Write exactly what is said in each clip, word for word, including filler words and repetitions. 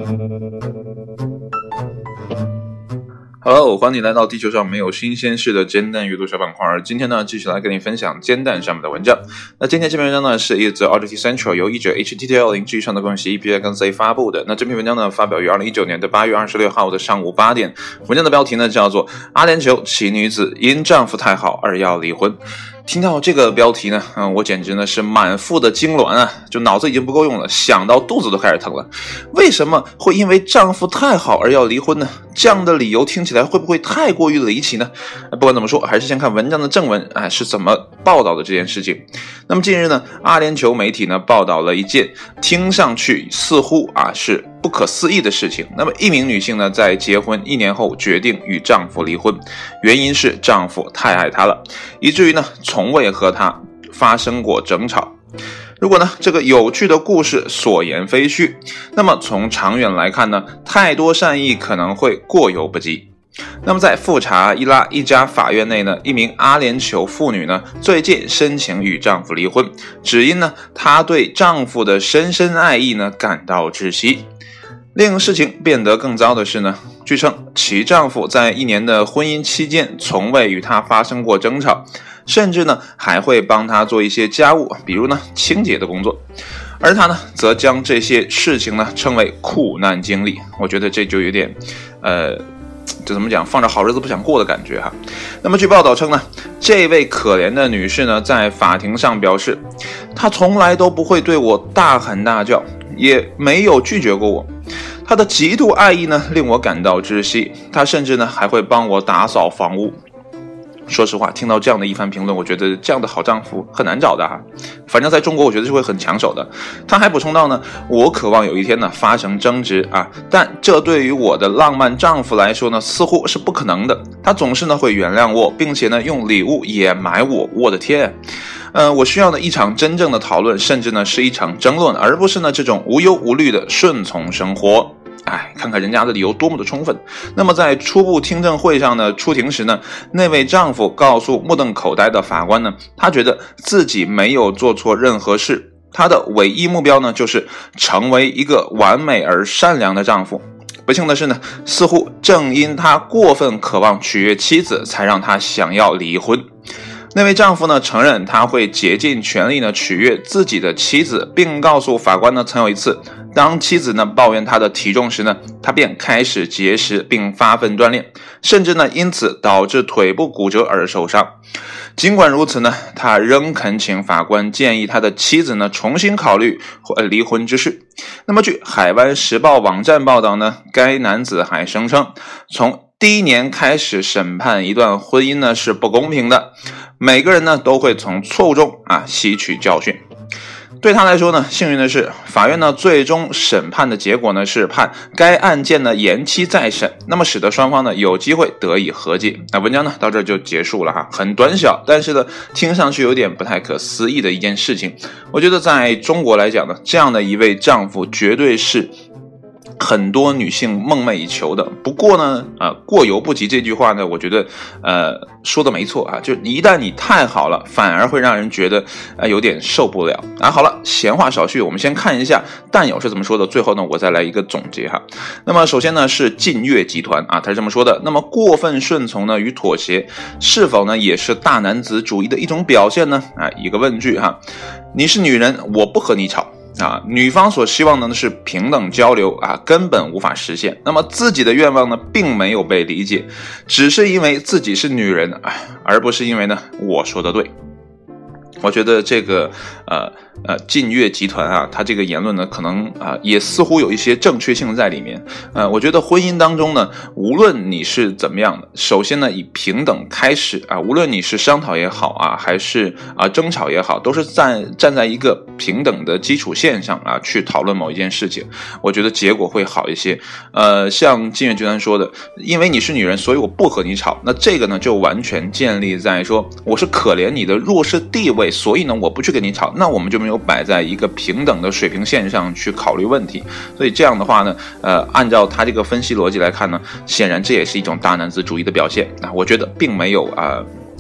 Hello， 欢迎你来到地球上没有新鲜事的煎蛋阅读小板块。今天呢，继续来跟你分享煎蛋上面的文章。那今天这篇文章呢，是一则 R T T Central 由译者 H T T L 零 G 上的关系 E P A 跟 Z 发布的。那这篇文章呢，发表于二零一九年的八月二十六号的上午八点。文章的标题呢，叫做阿联酋奇女子因丈夫太好而要离婚。听到这个标题呢，嗯，我简直呢是满腹的痉挛啊，就脑子已经不够用了，想到肚子都开始疼了。为什么会因为丈夫太好而要离婚呢？这样的理由听起来会不会太过于离奇呢？不管怎么说，还是先看文章的正文，哎，是怎么报道的这件事情。那么近日呢，阿联酋媒体呢报道了一件听上去似乎啊是不可思议的事情。那么一名女性呢，在结婚一年后决定与丈夫离婚，原因是丈夫太爱她了，以至于呢从未和她发生过争吵。如果呢这个有趣的故事所言非虚，那么从长远来看呢，太多善意可能会过犹不及。那么在富查伊拉一家法院内呢，一名阿联酋妇女呢最近申请与丈夫离婚，只因呢她对丈夫的深深爱意呢感到窒息。令事情变得更糟的是呢，据称其丈夫在一年的婚姻期间从未与她发生过争吵，甚至呢还会帮她做一些家务，比如呢清洁的工作，而她呢则将这些事情呢称为苦难经历。我觉得这就有点呃这怎么讲，放着好日子不想过的感觉哈。那么据报道称呢，这位可怜的女士呢在法庭上表示，她从来都不会对我大喊大叫，也没有拒绝过我。她的极度爱意呢令我感到窒息，她甚至呢还会帮我打扫房屋。说实话，听到这样的一番评论，我觉得这样的好丈夫很难找的哈。反正在中国我觉得是会很抢手的。他还补充到呢，我渴望有一天呢发生争执啊，但这对于我的浪漫丈夫来说呢似乎是不可能的。他总是呢会原谅我，并且呢用礼物掩埋我。我的天，呃，我需要呢一场真正的讨论，甚至呢是一场争论，而不是呢这种无忧无虑的顺从生活。哎，看看人家的理由多么的充分。那么在初步听证会上呢，出庭时呢，那位丈夫告诉目瞪口呆的法官呢，他觉得自己没有做错任何事，他的唯一目标呢就是成为一个完美而善良的丈夫。不幸的是呢，似乎正因他过分渴望取悦妻子，才让他想要离婚。那位丈夫呢承认他会竭尽全力呢取悦自己的妻子，并告诉法官呢，曾有一次当妻子呢抱怨他的体重时呢，他便开始节食并发奋锻炼，甚至呢因此导致腿部骨折而受伤。尽管如此呢，他仍恳请法官建议他的妻子呢重新考虑离婚之事。那么据海湾时报网站报道呢，该男子还声称，从第一年开始审判一段婚姻呢是不公平的，每个人呢都会从错误中啊吸取教训。对他来说呢，幸运的是，法院呢最终审判的结果呢是判该案件呢延期再审，那么使得双方呢有机会得以和解。那文章呢到这就结束了哈，很短小，但是呢听上去有点不太可思议的一件事情。我觉得在中国来讲呢，这样的一位丈夫绝对是很多女性梦寐以求的。不过呢呃，过犹不及这句话呢，我觉得呃说的没错啊，就一旦你太好了，反而会让人觉得呃有点受不了啊。好了，闲话少叙，我们先看一下蛋友是怎么说的，最后呢我再来一个总结哈。那么首先呢是晋越集团啊，他是这么说的，那么过分顺从呢与妥协是否呢也是大男子主义的一种表现呢？啊，一个问句哈，你是女人，我不和你吵啊，女方所希望的是平等交流啊，根本无法实现。那么自己的愿望呢，并没有被理解，只是因为自己是女人，而不是因为呢我说的对。我觉得这个呃呃晋越集团啊，他这个言论呢，可能啊、呃、也似乎有一些正确性在里面。呃，我觉得婚姻当中呢，无论你是怎么样的，首先呢以平等开始啊，无论你是商讨也好啊，还是啊争吵也好，都是站站在一个平等的基础线上啊去讨论某一件事情，我觉得结果会好一些。呃，像晋越集团说的，因为你是女人，所以我不和你吵，那这个呢就完全建立在说我是可怜你的弱势地位，所以呢我不去跟你吵，那我们就没有摆在一个平等的水平线上去考虑问题。所以这样的话呢，呃，按照他这个分析逻辑来看呢，显然这也是一种大男子主义的表现啊，我觉得并没有啊、呃、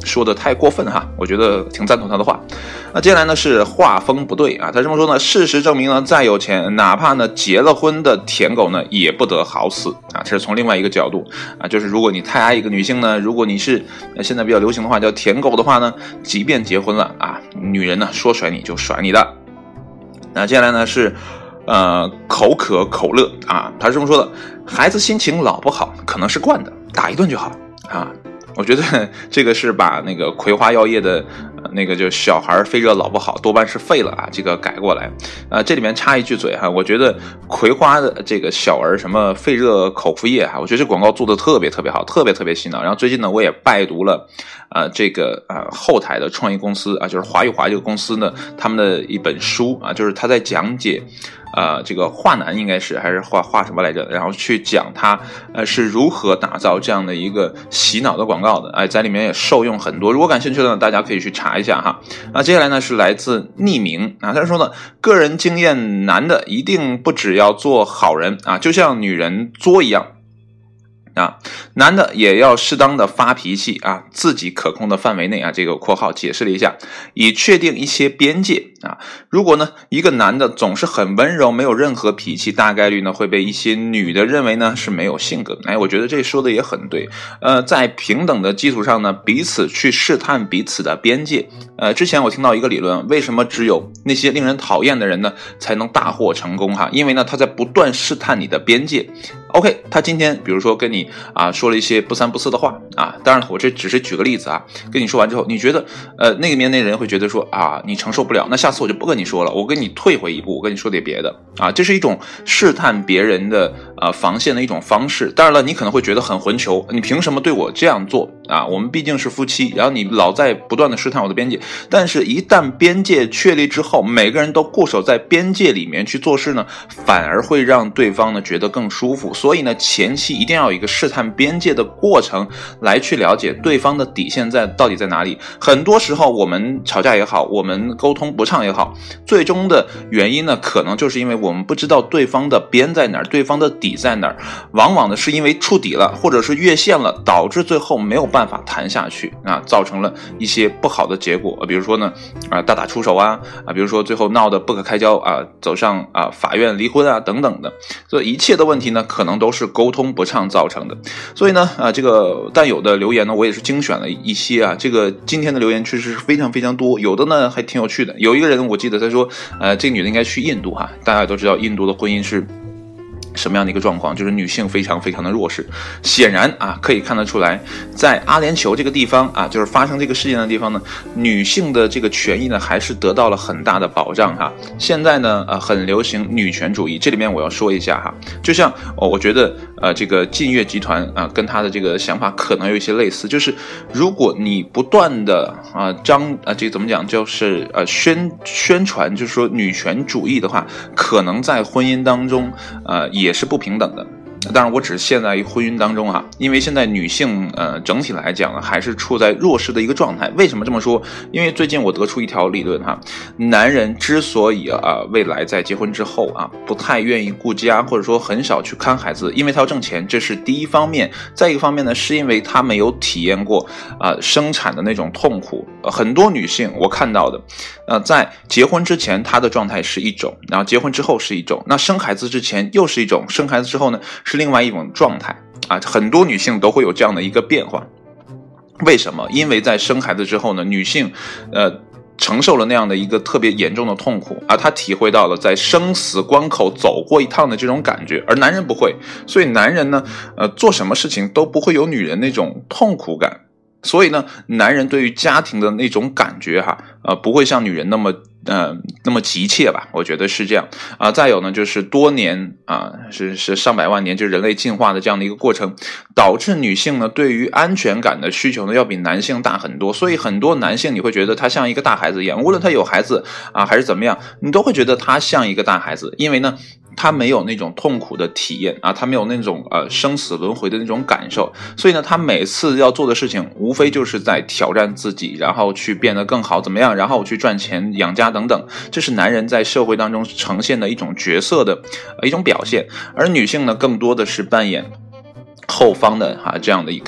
说的太过分哈，我觉得挺赞同他的话。那接下来呢是画风不对啊，他这么说呢，事实证明呢，再有钱，哪怕呢结了婚的舔狗呢，也不得好死啊。这是从另外一个角度啊，就是如果你太爱一个女性呢，如果你是现在比较流行的话叫舔狗的话呢，即便结婚了啊，女人呢说甩你就甩你的。那接下来呢是。呃，口渴口乐啊，他是这么说的：孩子心情老不好，可能是惯的，打一顿就好啊。我觉得这个是把那个葵花药业的、呃、那个就小孩肺热老不好，多半是废了啊，这个改过来。呃，这里面插一句嘴哈，我觉得葵花的这个小儿什么肺热口服液哈，我觉得这广告做的特别特别好，特别特别洗脑。然后最近呢，我也拜读了呃这个呃后台的创业公司啊，就是华与华这个公司呢，他们的一本书啊，就是他在讲解。呃，这个华南应该是还是画画什么来着？然后去讲它呃是如何打造这样的一个洗脑的广告的，哎，在里面也受用很多。如果感兴趣的呢，大家可以去查一下哈。那接下来呢是来自匿名啊，他说呢，个人经验，男的一定不只要做好人啊，就像女人作一样。啊，男的也要适当的发脾气啊，自己可控的范围内啊，这个括号解释了一下，以确定一些边界啊。如果呢，一个男的总是很温柔，没有任何脾气，大概率呢会被一些女的认为呢是没有性格。哎，我觉得这说的也很对。呃，在平等的基础上呢，彼此去试探彼此的边界。呃，之前我听到一个理论，为什么只有那些令人讨厌的人呢才能大获成功哈？因为呢，他在不断试探你的边界。OK， 他今天比如说跟你啊说了一些不三不四的话啊，当然我这只是举个例子啊，跟你说完之后，你觉得呃那个面那人会觉得说啊你承受不了，那下次我就不跟你说了，我跟你退回一步，我跟你说点别的啊，这是一种试探别人的呃防线的一种方式。当然了，你可能会觉得很混球，你凭什么对我这样做啊？我们毕竟是夫妻，然后你老在不断的试探我的边界，但是一旦边界确立之后，每个人都固守在边界里面去做事呢，反而会让对方呢觉得更舒服。所以呢，前期一定要有一个试探边界的过程，来去了解对方的底线在到底在哪里。很多时候我们吵架也好，我们沟通不畅也好，最终的原因呢，可能就是因为我们不知道对方的边在哪儿，对方的底在哪儿。往往呢是因为触底了，或者是越线了，导致最后没有办法谈下去啊，造成了一些不好的结果。比如说呢，啊大打出手啊，啊比如说最后闹得不可开交啊，走上啊法院离婚啊等等的。所以一切的问题呢，可能都是沟通不畅造成的。所以呢，啊这个但有的留言呢，我也是精选了一些啊，这个今天的留言确实是非常非常多，有的呢还挺有趣的。有一个人我记得他说，呃这个女的应该去印度哈，大家也都知道印度的婚姻是什么样的一个状况，就是女性非常非常的弱势。显然啊，可以看得出来，在阿联酋这个地方啊，就是发生这个事件的地方呢，女性的这个权益呢，还是得到了很大的保障哈。现在呢，呃，很流行女权主义，这里面我要说一下哈，就像哦，我觉得呃，这个晋悦集团啊，跟他的这个想法可能有一些类似，就是如果你不断的啊张啊这个怎么讲，就是呃宣宣传，就是说女权主义的话，可能在婚姻当中呃也也是不平等的。当然我只是现在婚姻当中啊，因为现在女性呃整体来讲还是处在弱势的一个状态。为什么这么说？因为最近我得出一条理论哈，男人之所以啊未来在结婚之后啊不太愿意顾家，或者说很少去看孩子，因为他要挣钱，这是第一方面。再一个方面呢，是因为他没有体验过啊、呃、生产的那种痛苦。呃、很多女性我看到的呃在结婚之前她的状态是一种，然后结婚之后是一种，那生孩子之前又是一种，生孩子之后呢是另外一种状态啊，很多女性都会有这样的一个变化。为什么？因为在生孩子之后呢，女性呃承受了那样的一个特别严重的痛苦啊，她体会到了在生死关口走过一趟的这种感觉，而男人不会。所以男人呢呃做什么事情都不会有女人那种痛苦感。所以呢，男人对于家庭的那种感觉哈，呃，不会像女人那么呃那么急切吧？我觉得是这样啊、呃。再有呢，就是多年啊、呃，是是上百万年，就是人类进化的这样的一个过程，导致女性呢对于安全感的需求呢要比男性大很多。所以很多男性你会觉得他像一个大孩子一样，无论他有孩子啊还是怎么样，你都会觉得他像一个大孩子，因为呢。他没有那种痛苦的体验啊，他没有那种呃生死轮回的那种感受，所以呢，他每次要做的事情，无非就是在挑战自己，然后去变得更好，怎么样，然后去赚钱养家等等，这是男人在社会当中呈现的一种角色的、呃、一种表现，而女性呢，更多的是扮演后方的哈、啊、这样的一个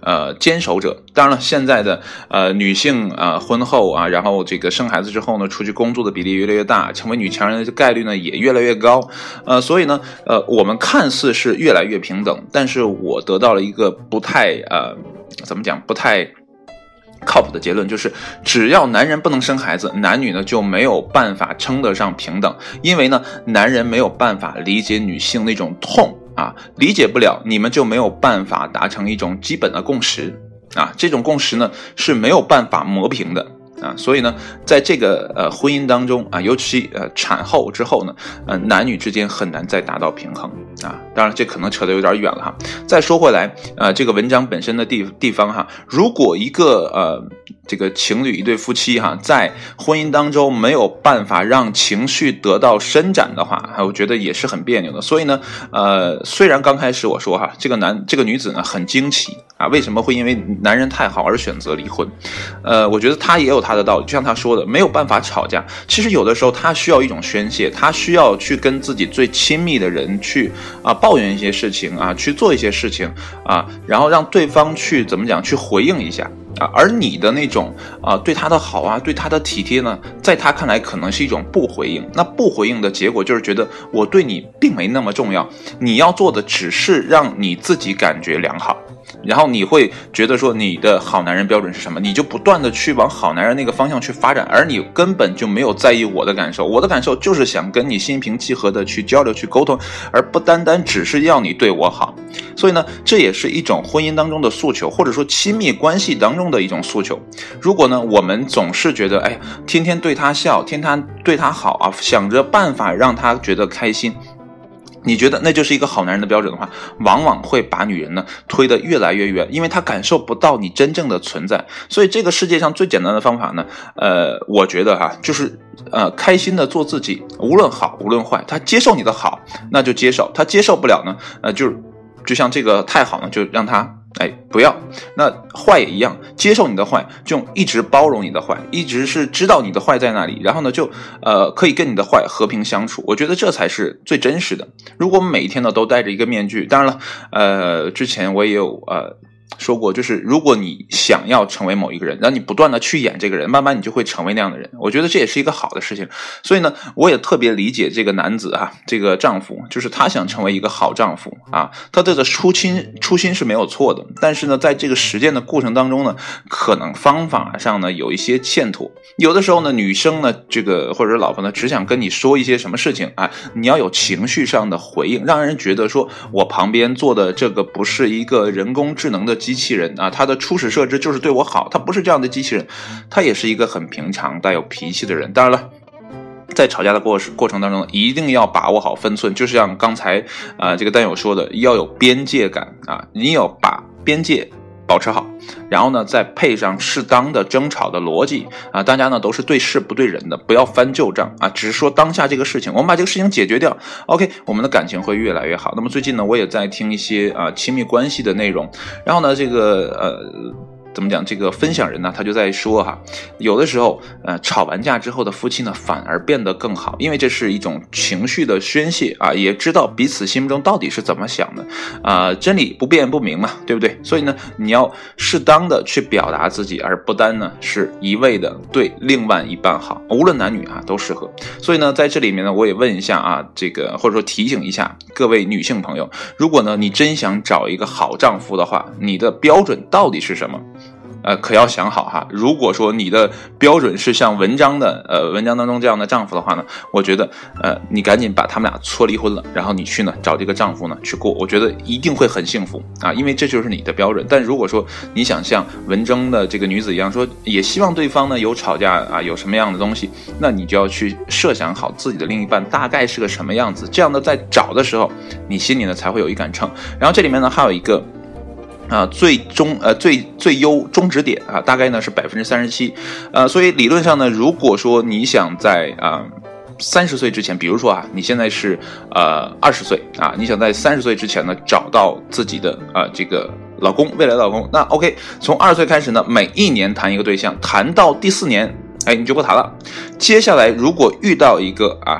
呃坚守者。当然了，现在的呃女性啊、呃、婚后啊，然后这个生孩子之后呢，出去工作的比例越来越大，成为女强人的概率呢也越来越高。呃，所以呢，呃，我们看似是越来越平等，但是我得到了一个不太呃怎么讲不太靠谱的结论，就是只要男人不能生孩子，男女呢就没有办法称得上平等，因为呢男人没有办法理解女性那种痛啊，理解不了，你们就没有办法达成一种基本的共识啊，这种共识呢是没有办法磨平的啊，所以呢，在这个呃婚姻当中啊，尤其呃产后之后呢，呃男女之间很难再达到平衡啊。当然，这可能扯得有点远了哈。再说回来，呃，这个文章本身的地地方哈，如果一个呃这个情侣一对夫妻哈，在婚姻当中没有办法让情绪得到伸展的话，我觉得也是很别扭的。所以呢，呃，虽然刚开始我说哈，这个男这个女子呢很惊奇啊，为什么会因为男人太好而选择离婚？呃，我觉得他也有他的道理，就像他说的，没有办法吵架。其实有的时候他需要一种宣泄，他需要去跟自己最亲密的人去啊抱怨一些事情啊，去做一些事情啊，然后让对方去怎么讲，去回应一下。啊，而你的那种啊，对他的好啊，对他的体贴呢，在他看来可能是一种不回应。那不回应的结果就是觉得我对你并没那么重要，你要做的只是让你自己感觉良好。然后你会觉得说你的好男人标准是什么，你就不断的去往好男人那个方向去发展，而你根本就没有在意我的感受。我的感受就是想跟你心平气和的去交流去沟通，而不单单只是要你对我好。所以呢，这也是一种婚姻当中的诉求，或者说亲密关系当中的一种诉求。如果呢我们总是觉得哎，天天对他笑，天天对他好啊，想着办法让他觉得开心，你觉得那就是一个好男人的标准的话，往往会把女人呢推得越来越远，因为她感受不到你真正的存在。所以这个世界上最简单的方法呢，呃，我觉得哈，就是呃开心的做自己，无论好无论坏，他接受你的好，那就接受；他接受不了呢，呃，就是就像这个太好呢，就让他哎不要。那坏也一样，接受你的坏，就一直包容你的坏，一直是知道你的坏在哪里，然后呢就呃可以跟你的坏和平相处。我觉得这才是最真实的。如果每天呢都戴着一个面具，当然了，呃之前我也有呃说过，就是如果你想要成为某一个人，然后你不断的去演这个人，慢慢你就会成为那样的人。我觉得这也是一个好的事情。所以呢，我也特别理解这个男子啊，这个丈夫，就是他想成为一个好丈夫啊，他这个初心初心是没有错的，但是呢，在这个实践的过程当中呢，可能方法上呢有一些欠妥。有的时候呢，女生呢，这个或者老婆呢，只想跟你说一些什么事情啊，你要有情绪上的回应，让人觉得说我旁边坐的这个不是一个人工智能的机器人啊，它的初始设置就是对我好，它不是这样的机器人，它也是一个很平常带有脾气的人。当然了，在吵架的过过程当中，一定要把握好分寸，就是像刚才啊、呃、这个单友说的，要有边界感啊，你要把边界保持好，然后呢再配上适当的争吵的逻辑啊，大家呢都是对事不对人的，不要翻旧账啊，只是说当下这个事情，我们把这个事情解决掉 OK， 我们的感情会越来越好。那么最近呢，我也在听一些啊亲密关系的内容，然后呢这个呃怎么讲，这个分享人呢他就在说哈，有的时候呃吵完架之后的夫妻呢反而变得更好，因为这是一种情绪的宣泄啊，也知道彼此心中到底是怎么想的啊、呃，真理不辩不明嘛，对不对？所以呢你要适当的去表达自己，而不单呢是一味的对另外一半好，无论男女啊都适合。所以呢在这里面呢，我也问一下啊，这个或者说提醒一下各位女性朋友，如果呢你真想找一个好丈夫的话，你的标准到底是什么？呃，可要想好哈。如果说你的标准是像文章的呃文章当中这样的丈夫的话呢，我觉得呃你赶紧把他们俩搓离婚了，然后你去呢找这个丈夫呢去过，我觉得一定会很幸福啊，因为这就是你的标准。但如果说你想像文章的这个女子一样说，也希望对方呢有吵架啊有什么样的东西，那你就要去设想好自己的另一半大概是个什么样子，这样呢在找的时候你心里呢才会有一杆秤。然后这里面呢还有一个啊，最终呃最最优终止点啊，大概呢是百分之三十七，呃，所以理论上呢，如果说你想在啊三十岁之前，比如说啊，你现在是呃二十岁啊，你想在三十岁之前呢找到自己的啊、呃、这个老公，未来老公，那 OK， 从二十岁开始呢，每一年谈一个对象，谈到第四年，哎，你就不谈了。接下来如果遇到一个啊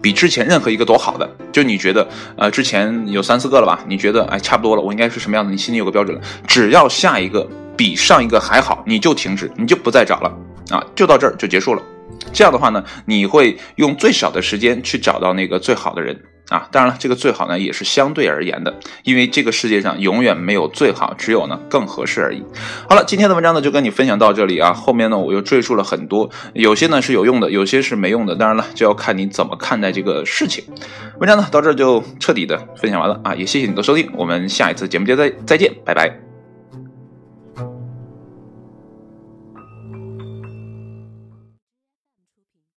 比之前任何一个都好的，就你觉得呃之前有三四个了吧，你觉得哎差不多了，我应该是什么样子，你心里有个标准了，只要下一个比上一个还好，你就停止，你就不再找了啊，就到这儿就结束了。这样的话呢，你会用最少的时间去找到那个最好的人啊。当然了，这个最好呢也是相对而言的，因为这个世界上永远没有最好，只有呢更合适而已。好了，今天的文章呢就跟你分享到这里啊，后面呢我又赘述了很多，有些呢是有用的，有些是没用的，当然了就要看你怎么看待这个事情。文章呢到这儿就彻底的分享完了啊，也谢谢你的收听，我们下一次节目再再见，拜拜。